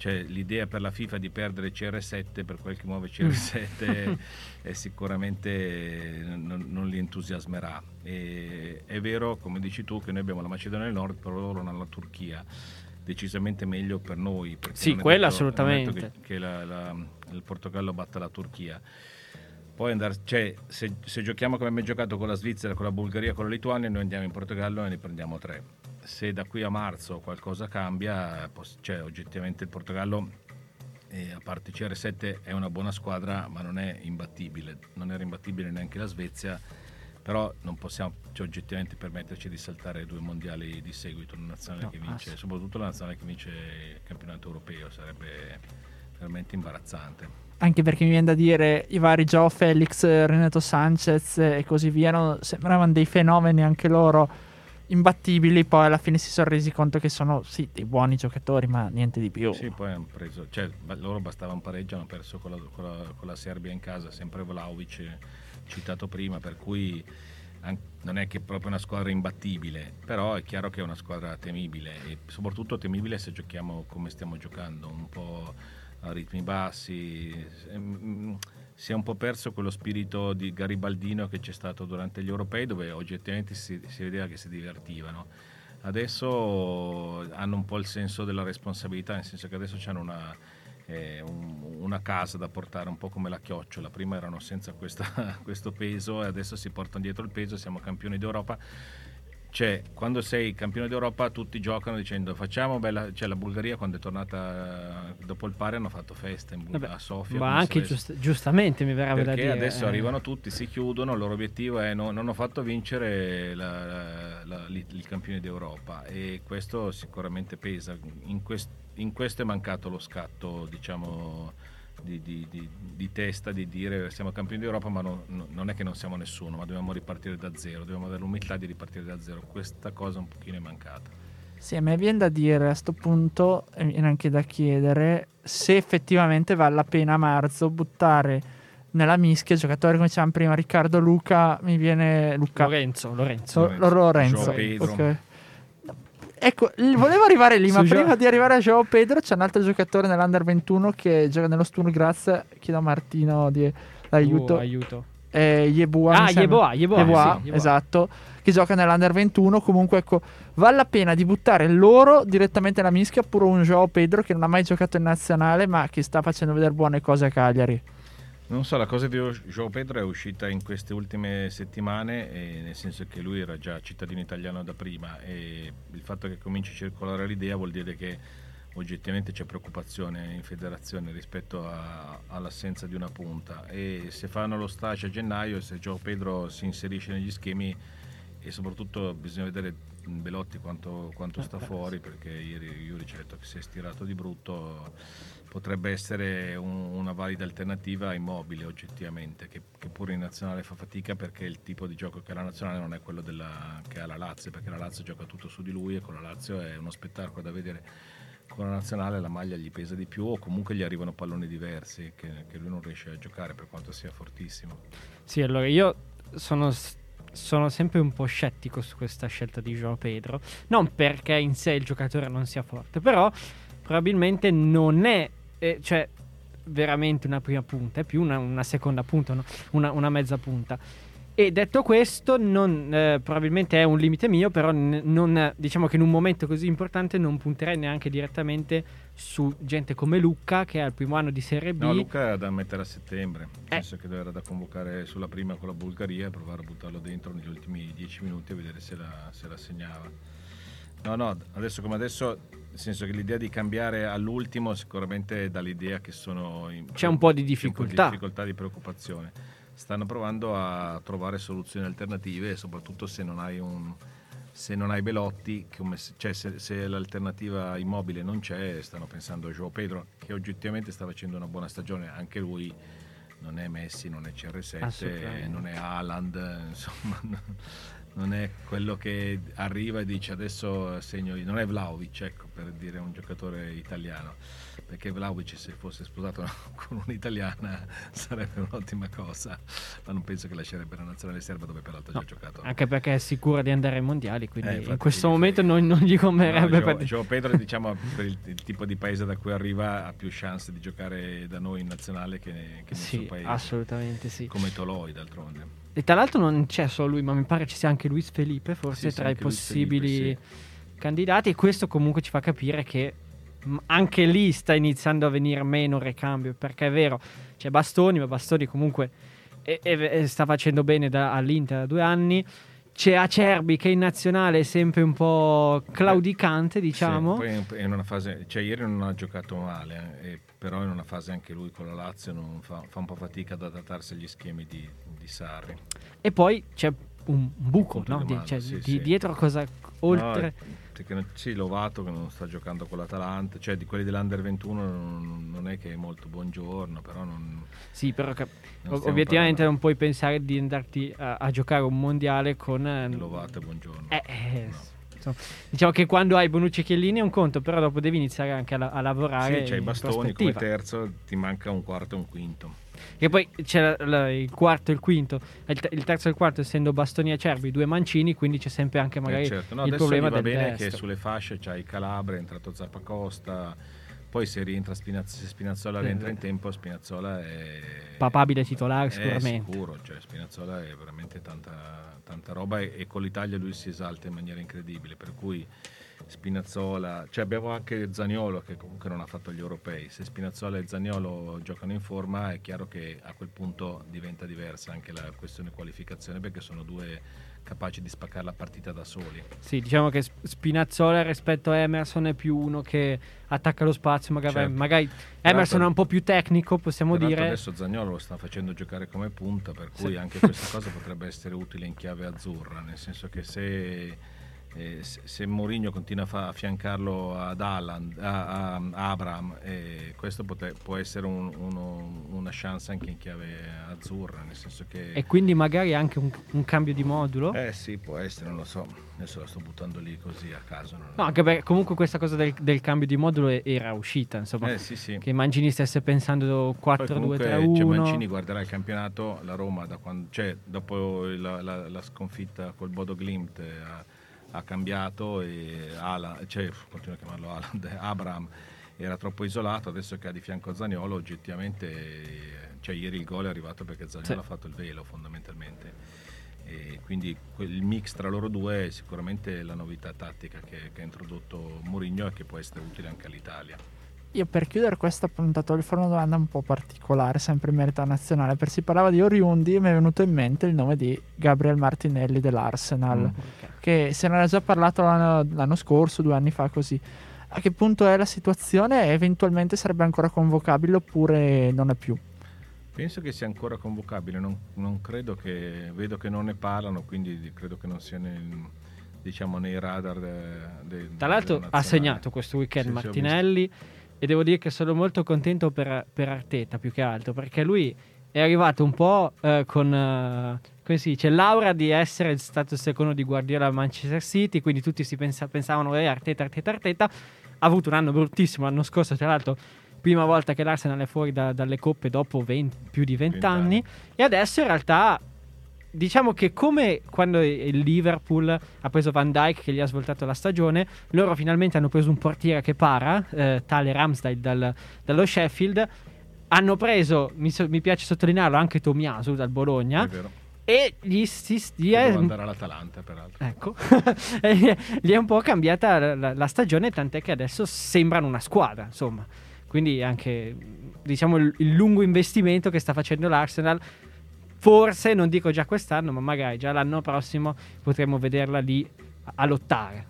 cioè, l'idea per la FIFA di perdere C R sette per quel che muove C R sette è sicuramente non, non li entusiasmerà. E, è vero, come dici tu, che noi abbiamo la Macedonia del Nord, però loro hanno la Turchia, decisamente meglio per noi. Sì, quello assolutamente. Che, che la, la, il Portogallo batta la Turchia. Poi andare, cioè, se, se giochiamo come abbiamo giocato con la Svizzera, con la Bulgaria, con la Lituania, noi andiamo in Portogallo e ne prendiamo tre. Se da qui a marzo qualcosa cambia, cioè, oggettivamente il Portogallo, eh, a parte C R sette, è una buona squadra, ma non è imbattibile. Non era imbattibile neanche la Svezia, però non possiamo, cioè, oggettivamente permetterci di saltare due mondiali di seguito, una nazionale no, che vince, soprattutto la nazionale che vince il campionato europeo, sarebbe veramente imbarazzante. Anche perché mi viene da dire i vari Joao Felix, Renato Sanchez e così via, no, sembravano dei fenomeni anche loro imbattibili, poi alla fine si sono resi conto che sono sì dei buoni giocatori, ma niente di più. Sì, poi hanno preso, cioè loro bastava un pareggio, hanno perso con la, con la, con la Serbia in casa, sempre Vlahovic citato prima, per cui anche, non è che è proprio una squadra imbattibile, però è chiaro che è una squadra temibile, e soprattutto temibile se giochiamo come stiamo giocando, un po' a ritmi bassi. Si è un po' perso quello spirito di garibaldino che c'è stato durante gli europei, dove oggettivamente si, si vedeva che si divertivano. Adesso hanno un po' il senso della responsabilità, nel senso che adesso hanno una, eh, un, una casa da portare, un po' come la chiocciola. Prima erano senza questa, questo peso e adesso si portano dietro il peso. Siamo campioni d'Europa. Cioè, quando sei campione d'Europa tutti giocano dicendo facciamo bella, cioè la Bulgaria quando è tornata dopo il pari hanno fatto festa in Bulgaria, a Sofia, ma anche giust- giustamente mi verrebbe da dire, perché adesso eh. arrivano tutti, si chiudono, il loro obiettivo è no, non ho fatto vincere la, la, la, il campione d'Europa, e questo sicuramente pesa. In, quest, in questo è mancato lo scatto, diciamo, Di, di, di, di testa, di dire siamo campioni d'Europa, ma no, no, non è che non siamo nessuno, ma dobbiamo ripartire da zero, dobbiamo avere l'umiltà di ripartire da zero. Questa cosa un pochino è mancata. Sì, a me viene da dire a sto punto, e viene anche da chiedere se effettivamente vale la pena a marzo buttare nella mischia giocatori come dicevamo prima, Riccardo, Luca, mi viene Luca Lorenzo Lorenzo Lorenzo, Lorenzo. Joao Pedro. Okay. Ecco, volevo arrivare lì, ma Su prima Gio- di arrivare a Joao Pedro c'è un altro giocatore nell'Under ventuno che gioca nello Sturm Graz, chiedo a Martino di l'aiuto. Uh, aiuto. Eh, Yeboah, Ah, mi sembra. Yeboah, Yeboah, Yeboah, sì, Yeboah. esatto, che gioca nell'Under ventuno. Comunque, ecco, vale la pena di buttare loro direttamente nella mischia, oppure un Joao Pedro che non ha mai giocato in nazionale ma che sta facendo vedere buone cose a Cagliari? Non so, la cosa di Joao Pedro è uscita in queste ultime settimane, e nel senso che lui era già cittadino italiano da prima, e il fatto che cominci a circolare l'idea vuol dire che oggettivamente c'è preoccupazione in federazione rispetto a, all'assenza di una punta, e se fanno lo stage a gennaio, se Joao Pedro si inserisce negli schemi, e soprattutto bisogna vedere Belotti quanto, quanto sta fuori, perché ieri Juric ha detto che si è stirato di brutto. Potrebbe essere un, una valida alternativa a Immobile oggettivamente, che, che pure in nazionale fa fatica, perché il tipo di gioco che ha la nazionale non è quello della, che ha la Lazio, perché la Lazio gioca tutto su di lui, e con la Lazio è uno spettacolo da vedere. Con la nazionale la maglia gli pesa di più, o comunque gli arrivano palloni diversi che, che lui non riesce a giocare, per quanto sia fortissimo. Sì, allora io sono, sono sempre un po' scettico su questa scelta di Joao Pedro, non perché in sé il giocatore non sia forte, però probabilmente non è eh, cioè veramente una prima punta, è più una, una seconda punta, no? una, una mezza punta. E detto questo, non, eh, probabilmente è un limite mio, però n- non, diciamo che in un momento così importante non punterei neanche direttamente su gente come Lucca, che è al primo anno di Serie B. No, Lucca è da mettere a settembre, Eh. penso che era da convocare sulla prima con la Bulgaria, e provare a buttarlo dentro negli ultimi dieci minuti e vedere se la, se la segnava. No, no, adesso come adesso, nel senso che l'idea di cambiare all'ultimo sicuramente dà l'idea che sono in, C'è un po' di c'è difficoltà. un po' di difficoltà, di preoccupazione. Stanno provando a trovare soluzioni alternative, soprattutto se non hai un se non hai Belotti, come se, cioè se, se l'alternativa Immobile non c'è, stanno pensando a Joao Pedro, che oggettivamente sta facendo una buona stagione, anche lui non è Messi, non è C R sette, non è Haaland, insomma non è quello che arriva e dice adesso segno io. Non è Vlahovic, ecco, per dire un giocatore italiano, perché Vlahovic se fosse sposato con un'italiana sarebbe un'ottima cosa, ma non penso che lascerebbe la nazionale serba, dove peraltro no, ha già giocato. Anche perché è sicura di andare ai mondiali, quindi eh, in questo momento non, non gli converrebbe. No, per... Gio Pedro, diciamo, per il, il tipo di paese da cui arriva ha più chance di giocare da noi in nazionale che, che nel sì, suo paese. Assolutamente sì. Come Toloi d'altronde. E tra l'altro non c'è solo lui, ma mi pare ci sia anche Luis Felipe, forse sì, tra i possibili Felipe, sì. candidati, e questo comunque ci fa capire che mh, anche lì sta iniziando a venire meno il ricambio, perché è vero, c'è Bastoni, ma Bastoni comunque è, è, è, sta facendo bene da, all'Inter da due anni. C'è Acerbi che in nazionale è sempre un po' claudicante, diciamo. Sì, poi è in una fase, cioè ieri non ha giocato male, eh, però in una fase anche lui con la Lazio non fa, fa un po' fatica ad adattarsi agli schemi di, di Sarri. E poi c'è un buco, no? Di, cioè, sì, di, sì. dietro cosa oltre... No, perché non, sì, Lovato che non sta giocando con l'Atalanta, cioè di quelli dell'Under ventuno non, non è che è molto buongiorno, però non... Sì, però cap- non obiettivamente parlando. non puoi pensare di andarti a, a giocare un mondiale con... Eh, Lovato e buongiorno. Eh, eh, no. insomma, diciamo che quando hai Bonucci e Chiellini è un conto, però dopo devi iniziare anche a, la- a lavorare. Sì, c'hai i in bastoni come prospettiva. terzo, ti manca un quarto e un quinto. E poi c'è la- la- il quarto e il quinto, il, te- il terzo e il quarto essendo Bastoni e Acerbi, due mancini, quindi c'è sempre anche magari Eh, certo. No, il adesso problema gli va del bene destro. che sulle fasce c'hai Calabria, è entrato Zappacosta, poi se rientra Spinazz- se Spinazzola Sì, rientra sì. in tempo, Spinazzola è Papabile titolare è sicuramente. sicuro, cioè Spinazzola è veramente tanta, tanta roba e, e con l'Italia lui si esalta in maniera incredibile, per cui Spinazzola, cioè abbiamo anche Zaniolo che comunque non ha fatto gli europei. Se Spinazzola e Zaniolo giocano in forma è chiaro che a quel punto diventa diversa anche la questione qualificazione, perché sono due capaci di spaccare la partita da soli. Sì, diciamo che Spinazzola rispetto a Emerson è più uno che attacca lo spazio, magari, Certo. magari Emerson è un po' più tecnico, possiamo Tra l'altro dire. adesso Zaniolo lo sta facendo giocare come punta, per cui sì. anche questa cosa potrebbe essere utile in chiave azzurra, nel senso che se Eh, se, se Mourinho continua a, fa, a fiancarlo ad Haaland, a, a, a Abraham, eh, questo pote, può essere un, uno, una chance anche in chiave azzurra, nel senso che... E quindi magari anche un, un cambio di modulo? Eh sì, può essere, non lo so, adesso la sto buttando lì così a caso. Non no, anche perché comunque questa cosa del, del cambio di modulo era uscita, insomma, eh, sì, sì. che Mancini stesse pensando quattro due tre uno. Cioè, Mancini guarderà il campionato, la Roma, da quando, cioè, dopo la, la, la sconfitta col Bodo Glimt, ha, ha cambiato e Haaland, cioè, continuo a chiamarlo Haaland, Abraham era troppo isolato, adesso che ha di fianco Zaniolo oggettivamente, cioè ieri il gol è arrivato perché Zaniolo sì. ha fatto il velo fondamentalmente, e quindi il mix tra loro due è sicuramente la novità tattica che, che ha introdotto Mourinho e che può essere utile anche all'Italia. Io per chiudere questa puntata voglio fare una domanda un po' particolare, sempre in merito alla nazionale. Per si parlava di oriundi, mi è venuto in mente il nome di Gabriel Martinelli dell'Arsenal, mm, okay. che se ne era già parlato l'anno, l'anno scorso, due anni fa così. A che punto è la situazione? Eventualmente sarebbe ancora convocabile oppure non è più? Penso che sia ancora convocabile, non, non credo che, vedo che non ne parlano, quindi credo che non sia nel, diciamo, nei radar de, de, tra l'altro ha segnato questo weekend sì, Martinelli. E devo dire che sono molto contento per, per Arteta più che altro, perché lui è arrivato un po' eh, con, eh, come si dice, l'aura di essere stato il secondo di Guardiola a Manchester City, quindi tutti si pensa, pensavano eh, Arteta, Arteta, Arteta. Ha avuto un anno bruttissimo l'anno scorso, tra l'altro prima volta che l'Arsenal è fuori da, dalle coppe dopo venti, più di venti anni, e adesso in realtà... Diciamo che come quando il Liverpool ha preso Van Dijk che gli ha svoltato la stagione, loro finalmente hanno preso un portiere che para, eh, tale Ramsdale dal, dallo Sheffield, hanno preso, mi, so, mi piace sottolinearlo, anche Tomiyasu dal Bologna, è vero. E gli, si, gli è andare all'Atalanta peraltro. Ecco. Gli è un po' cambiata la, la stagione, tant'è che adesso sembrano una squadra, insomma. Quindi anche, diciamo, il, il lungo investimento che sta facendo l'Arsenal, forse, non dico già quest'anno, ma magari già l'anno prossimo potremo vederla lì a, a lottare.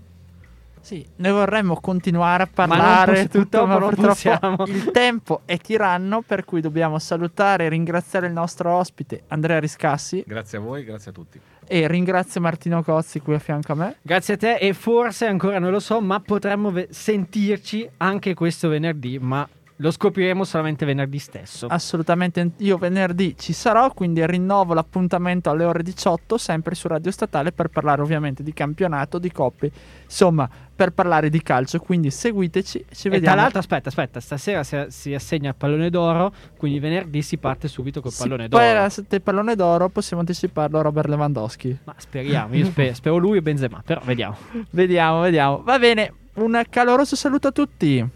Sì, noi vorremmo continuare a parlare ma tutto, ma purtroppo possiamo. Il tempo è tiranno, per cui dobbiamo salutare e ringraziare il nostro ospite Andrea Riscassi. Grazie a voi, grazie a tutti. E ringrazio Martino Cozzi qui a fianco a me. Grazie a te, e forse ancora non lo so, ma potremmo ve- sentirci anche questo venerdì, ma Lo scopriremo solamente venerdì stesso. Assolutamente, io venerdì ci sarò, quindi rinnovo l'appuntamento alle ore diciotto, sempre su Radio Statale, per parlare ovviamente di campionato, di coppe, insomma, per parlare di calcio, quindi seguiteci, ci E vediamo. tra l'altro, aspetta, aspetta, stasera si, si assegna il pallone d'oro, quindi venerdì si parte subito col Sì, pallone poi d'oro. era il pallone d'oro, possiamo anticiparlo a Robert Lewandowski. Ma speriamo, io sper- spero lui e Benzema, però vediamo. Vediamo, vediamo. Va bene, un caloroso saluto a tutti.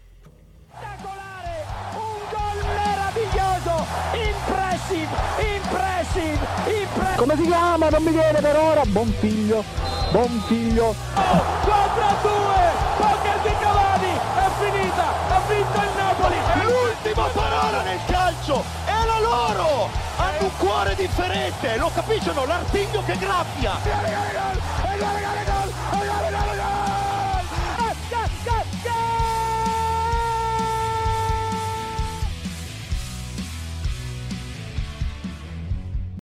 Impressive, impressive, impressive. Come si chiama? Non mi viene per ora. Buon figlio, buon figlio. quattro a due, poker di Cavani, è finita, ha vinto il Napoli. È l'ultima parola nel calcio, è la loro. Hanno un cuore differente, lo capiscono? L'artiglio che graffia. E gol, e gol, e gol,